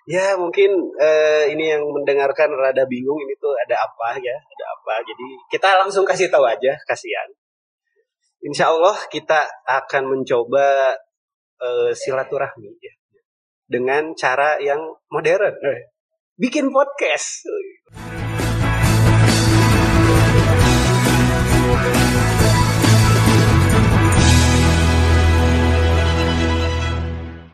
Ya mungkin ini yang mendengarkan rada bingung ini tuh ada apa ya, ada apa. Jadi kita langsung kasih tahu aja, kasihan. Insya Allah kita akan mencoba silaturahmi ya, dengan cara yang modern. Bikin podcast.